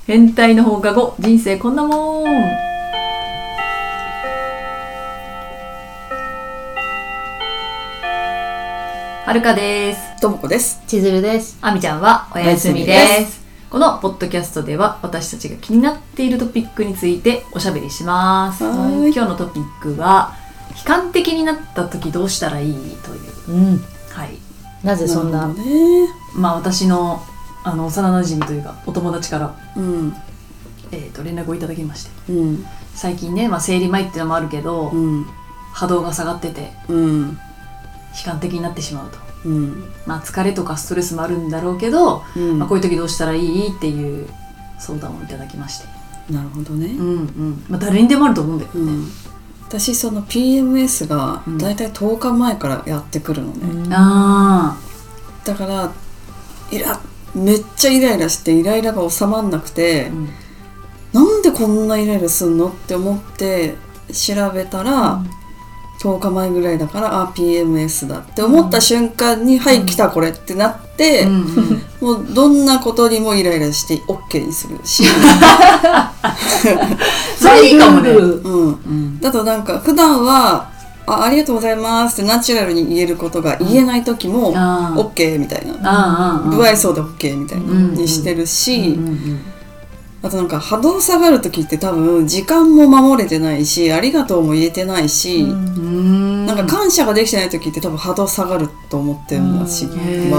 変態の放課後、人生こんなもん。はるかです。 ともこです。 ちずるです。 あみちゃんはお休みです。このポッドキャストでは私たちが気になっているトピックについておしゃべりします。今日のトピックは悲観的になった時どうしたらいいという、はい、 なぜそんな、 私の幼馴染というかお友達から、連絡をいただきまして、最近ね、生理前っていうのもあるけど、波動が下がってて、悲観的になってしまうと、疲れとかストレスもあるんだろうけど、こういう時どうしたらいいっていう相談をいただきまして。 なるほどね。 誰にでもあると思うんだよね。 私その PMS がだいたい10日前からやってくるのね。だからめっちゃイライラしてイライラが収まんなくて、なんでこんなイライラすんのって思って調べたら、10日前ぐらいだからPMS だって思った瞬間に、はい来たこれってなって、もうどんなことにもイライラして OK にするしそれいいかもね。 だとなんか普段はありがとうございますってナチュラルに言えることが言えない時も OK みたいな、不愛想で OK みたいなにしてるし、あとなんか波動下がる時って多分時間も守れてないしありがとうも言えてないし、なんか感謝ができてない時って多分波動下がると思ってるんだし、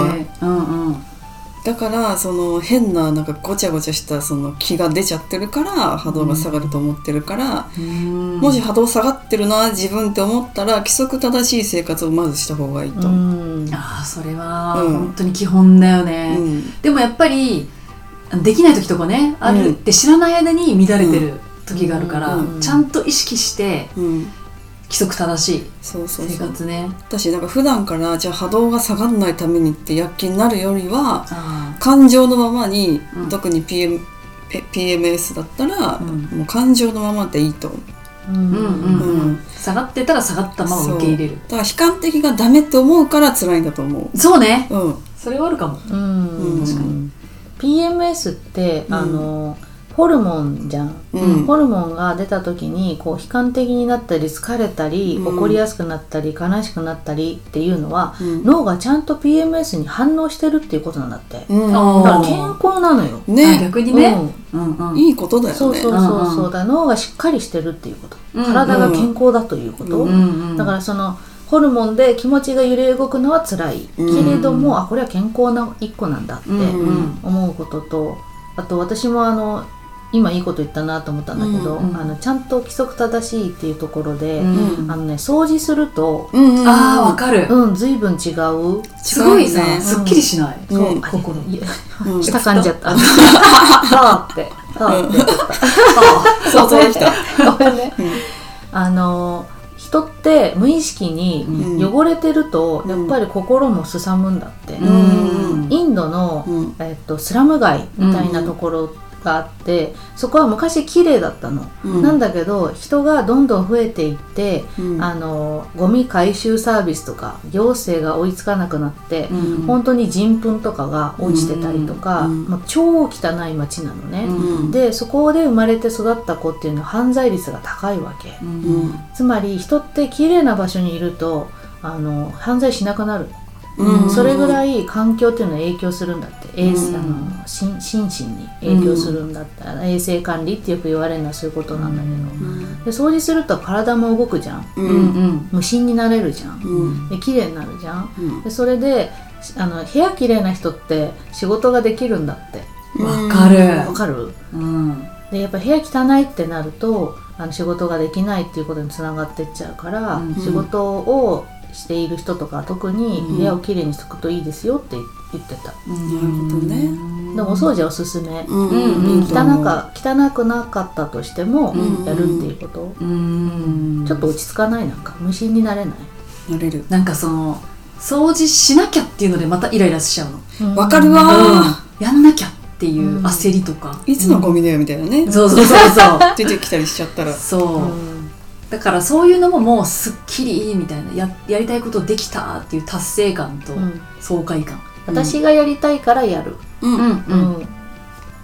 だからその変ななんかごちゃごちゃしたその気が出ちゃってるから波動が下がると思ってるから、もし波動下がってるな自分って思ったら規則正しい生活をまずした方がいいと。 それは本当に基本だよね。でもやっぱりできない時とかねあるって知らない間に乱れてる時があるから、ちゃんと意識して規則正しい生活ね。 私なんか普段からじゃあ波動が下がらないためにって躍起になるよりは、感情のままに、特に PMS だったら、もう感情のままでいいと思う。 下がってたら下がったまま受け入れる。 だから悲観的がダメって思うから辛いんだと思う。 そうね、それはあるかも。確かに PMS ってホルモンじゃん、ホルモンが出た時にこう悲観的になったり疲れたり、怒りやすくなったり悲しくなったりっていうのは、脳がちゃんと PMS に反応してるっていうことなんだって、だから健康なのよ、 逆にね、 いいことだよね。 そうだ、脳がしっかりしてるっていうこと、体が健康だということ、だからそのホルモンで気持ちが揺れ動くのは辛いけれども、これは健康な一個なんだって思うことと、あと私も今いいこと言ったなと思ったんだけど、ちゃんと規則正しいっていうところで、掃除すると、 わかる、 随分違う。 すごいさ、すっきりしない。 心下噛んじゃった。って想像できた。 ごめんね。人って無意識に汚れてるとやっぱり心もすさむんだって。インドのスラム街みたいなところがあって、そこは昔綺麗だったの、なんだけど人がどんどん増えていって、ゴミ回収サービスとか行政が追いつかなくなって、本当に人糞とかが落ちてたりとか、超汚い街なのね、でそこで生まれて育った子っていうのは犯罪率が高いわけ、つまり人って綺麗な場所にいると犯罪しなくなる、それぐらい環境っていうのは影響するんだって、心身に影響するんだって、衛生管理ってよく言われるのはそういうことなんだけど、で掃除すると体も動くじゃん、無心になれるじゃん、で綺麗になるじゃん、でそれで部屋綺麗な人って仕事ができるんだって。 わかる、 でやっぱ部屋汚いってなると仕事ができないっていうことにつながってっちゃうから、仕事をしている人とか特に部屋をきれいにしておくといいですよって言ってた。 なるほどね。 でもお掃除はおすすめ、汚くなかったとしてもやるっていうこと、ちょっと落ち着かない、なんか無心になれない。 なれる。 なんかその掃除しなきゃっていうのでまたイライラしちゃうの。 わかるわ、 やんなきゃっていう焦りとか、 いつのゴミだよみたいなね、 そう出てきたりしちゃったら、 だからそういうのももうすっきりみたいな、やりたいことできたっていう達成感と爽快感、 私がやりたいからやる、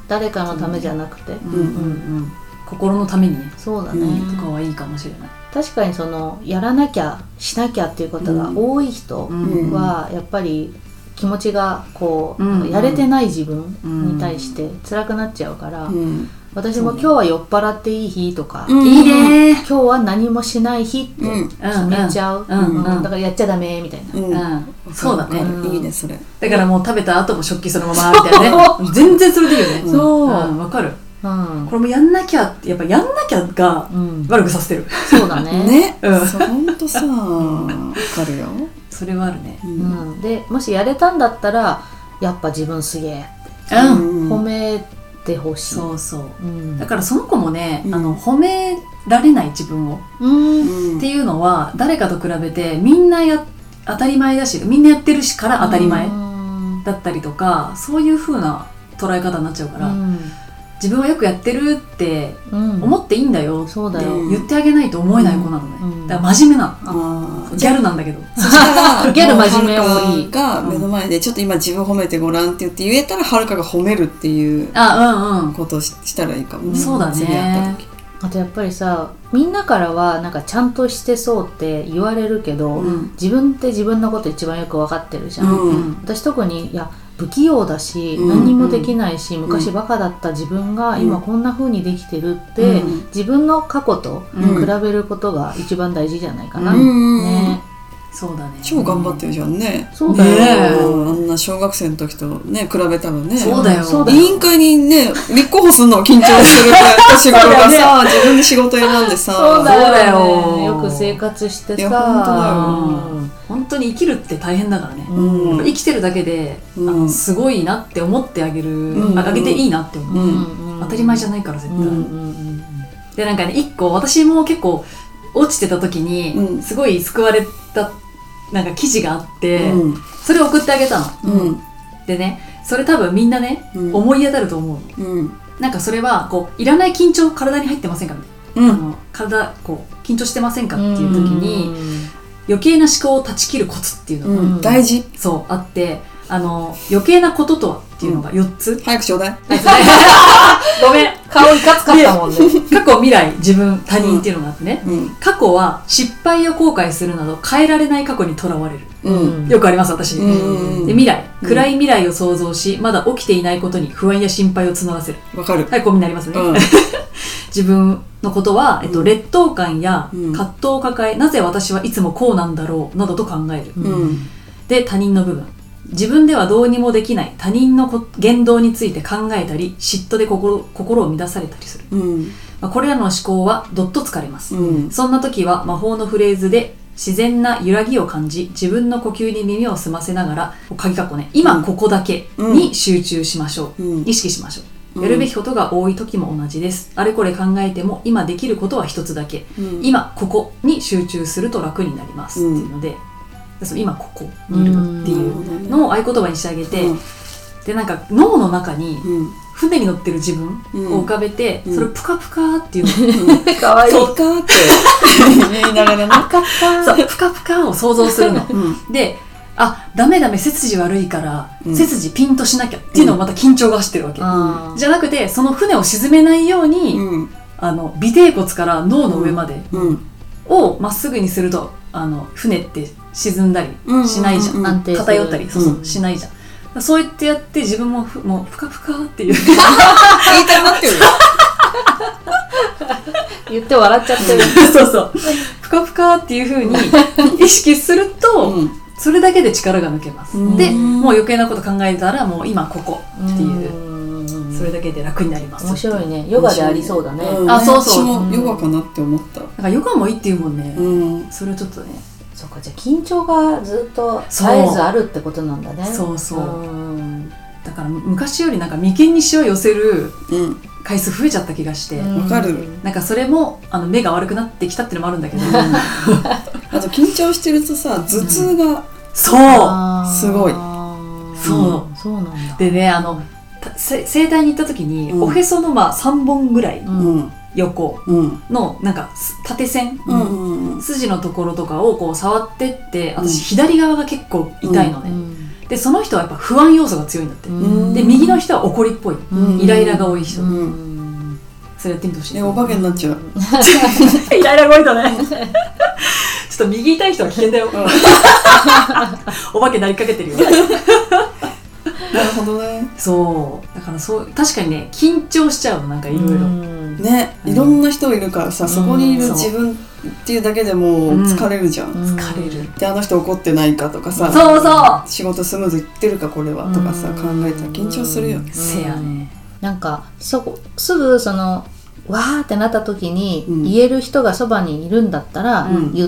誰かのためじゃなくて、 心のためにね、 そうだね、 とかはいいかもしれない。 確かにそのやらなきゃしなきゃっていうことが多い人はやっぱり気持ちがこう、やれてない自分に対して辛くなっちゃうから、私も今日は酔っ払っていい日とか、 いいね、 今日は何もしない日って決めちゃう、だからやっちゃダメみたいな、 そうだね、 いいねそれ。 だからもう食べた後も食器そのままみたいなね全然それでいいよね。 そう、 わかる。これもやんなきゃって、やっぱやんなきゃが悪くさせてる。 そうだね。 そうほんとさ、わかるよ。 それはあるね。 でもしやれたんだったらやっぱ自分すげえって褒めてほしい。 そうそう。だからその子もね、褒められない自分をっていうのは誰かと比べてみんな当たり前だし、みんなやってるしから当たり前だったりとか、そういう風な捉え方になっちゃうから。自分はよくやってるって思っていいんだよって言ってあげないと思えない子なのね。だから真面目なギャルなんだけど、 ギャル真面目もいいが目の前でちょっと今自分褒めてごらんって言って言えたら、はるかが褒めるっていうことをしたらいいかもね。 そうだね。 あとやっぱりさ、みんなからはなんかちゃんとしてそうって言われるけど、自分って自分のこと一番よく分かってるじゃん。私特にいや不器用だし、何にもできないし、昔バカだった自分が今こんな風にできてるって、自分の過去と比べることが一番大事じゃないかな。ね。 そうだね。 超頑張ってるじゃんね。 そうだよ。 あんな小学生の時とね比べたらね。 そうだよ。 委員会にね立候補するのを緊張する年頃がさ、自分で仕事選んでさ。 そうだよ。よく生活してさ。 本当だよ。 本当に生きるって大変だからね。生きてるだけですごいなって思ってあげていいなって思う。当たり前じゃないから絶対。でなんかね、一個私も結構落ちてた時にすごい救われたなんか記事があって、それを送ってあげたの。でね、それ多分みんなね思い当たると思うの。なんかそれはこういらない緊張体に入ってませんかみたいな。体こう緊張してませんかっていう時に余計な思考を断ち切るコツっていうのが大事。 そうあって、余計なこととはっていうのが4つ。 早くちょうだい。 ごめん、 顔いかつかったもんね。 過去未来自分他人っていうのがあってね、過去は失敗を後悔するなど変えられない過去にとらわれる、よくあります私。で未来、暗い未来を想像しまだ起きていないことに不安や心配を募らせる。 わかる。 はい、こうになりますね。自分のことは、劣等感や葛藤を抱え、なぜ私はいつもこうなんだろうなどと考える。で他人の部分、自分ではどうにもできない他人の言動について考えたり嫉妬で心を乱されたりする、これらの思考はどっと疲れます、そんな時は魔法のフレーズで自然な揺らぎを感じ、自分の呼吸に耳を澄ませながら鍵括弧ね、今ここだけに集中しましょう、意識しましょう。やるべきことが多い時も同じです。あれこれ考えても今できることは一つだけ、今ここに集中すると楽になりますっていうので、今ここにいるっていうのを合言葉にしてあげて、でなんか脳の中に船に乗ってる自分を浮かべて、それをプカプカっていうの、 かわいい。 プカって言いながらね、 そうプカプカを想像するの、でダメ背筋悪いから背筋ピンとしなきゃっていうのをまた緊張が走ってるわけ、じゃなくてその船を沈めないように、尾てい骨から脳の上までをまっすぐにすると船って沈んだりしないじゃん、偏ったりしないじゃん。そうやってやって自分ももうふかふかっていう言いたくなってるよ。 言って笑っちゃってる。 そうふかふかっていう風に意識すると、それだけで力が抜けます。でもう余計なこと考えたらもう今ここっていう、それだけで楽になります。 面白いね。ヨガでありそうだね。 そう私もヨガかなって思った。 なんかヨガもいいっていうもんね。それをちょっとね。 そうか、じゃあ緊張がずっと絶えずあるってことなんだね。 そうだから昔よりなんか眉間にしわ寄せる回数増えちゃった気がして、 わかる。 なんかそれも目が悪くなってきたっていうのもあるんだけどあと緊張してるとさ、頭痛がそうすごい。 そうなんだ。 でね、整体に行った時に、おへその3本ぐらい横のなんか縦線、筋のところとかをこう触ってって、私左側が結構痛いのね、 でその人はやっぱ不安要素が強いんだって。で右の人は怒りっぽい、イライラが多い人。それやってみてほしい。 お化けになっちゃう。 イライラが多いとね。ちょっと右痛い人は危険だよ。お化けなりかけてるよ。 なるほどね。 そうだから確かにね緊張しちゃうの、なんかいろいろね、いろんな人いるからさ、そこにいる自分っていうだけでもう疲れるじゃん。 疲れる。 であの人怒ってないかとかさ、 そうそう仕事スムーズいってるかこれはとかさ考えたら緊張するよね。 せやね。 なんかすぐそのわーってなった時に言える人がそばにいるんだったら言って、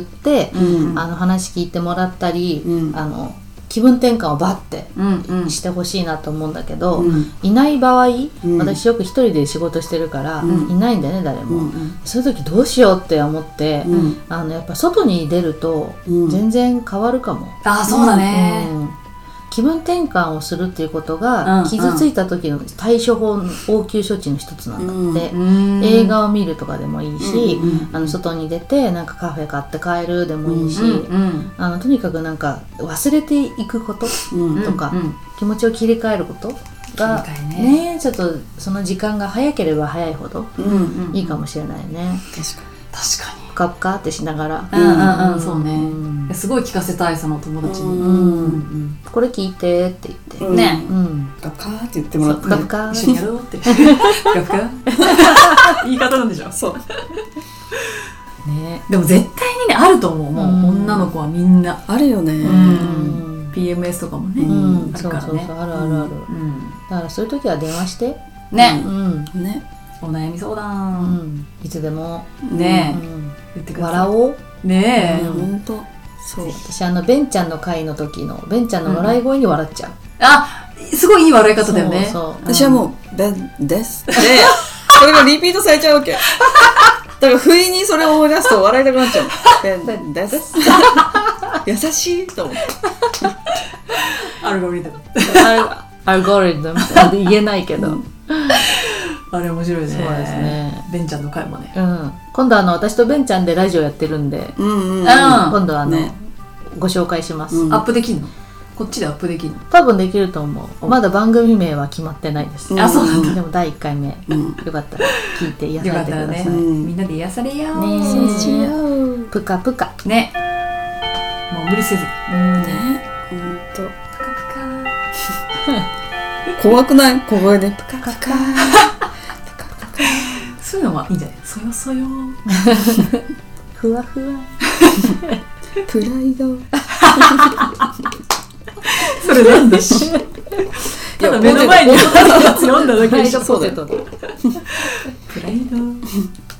話聞いてもらったり、気分転換をバッてしてほしいなと思うんだけど、いない場合、私よく一人で仕事してるから、いないんだよね誰も、そういう時どうしようって思って、やっぱ外に出ると全然変わるかも。 あ、そうだね。 気分転換をするっていうことが傷ついた時の対処法の応急処置の一つなんだって、映画を見るとかでもいいし、外に出てなんかカフェ買って帰るでもいいし、とにかくなんか忘れていくこととか、気持ちを切り替えることがね、ちょっとその時間が早ければ早いほどいいかもしれないね。 確かにぷかぷかってしながら、 そうね、すごい聞かせたいその友達に、 これ聞いてって言ってね、 ぷかぷかって言ってもらって、 ぷかぷか一緒にやろうってぷかぷか言い方なんでしょ。そうね。でも絶対にねあると思う。もう女の子はみんなあるよね。 PMS とかもねあるからね。 あるあるある。だからそういう時は電話してね、お悩み相談、いつでもね言ってください。 笑おうね。 本当。 そう。私ベンちゃんの会の時のベンちゃんの笑い声に笑っちゃう。 あ、すごいいい笑い方だよね。 私はもうベンですで、それがリピートされちゃうわけ。だから不意にそれを思い出すと笑いたくなっちゃう。ベンです。優しいと思って。 アルゴリズム。 アルゴリズムって言えないけど。 あれ面白いね。 そうですね。 ベンちゃんの回もね。 今度私とベンちゃんでラジオやってるんで、今度ご紹介します。 アップできるの？こっちでアップできるの？ 多分できると思う。まだ番組名は決まってないです。 あ、そうなんだ。 でも第1回目、よかったら聞いて癒されてください。 みんなで癒されよう。 そうしよう。ぷかぷかね。もう無理せず。 ね。ほんと。ぷかぷか。怖くない？小声でぷかぷか。 そういうのはいいんじゃない？そよそよ。 ふわふわ。 プライド。 それなんだし。ただ目の前にあるやつ読んだだけでしょ。 そうだよ。 プライド。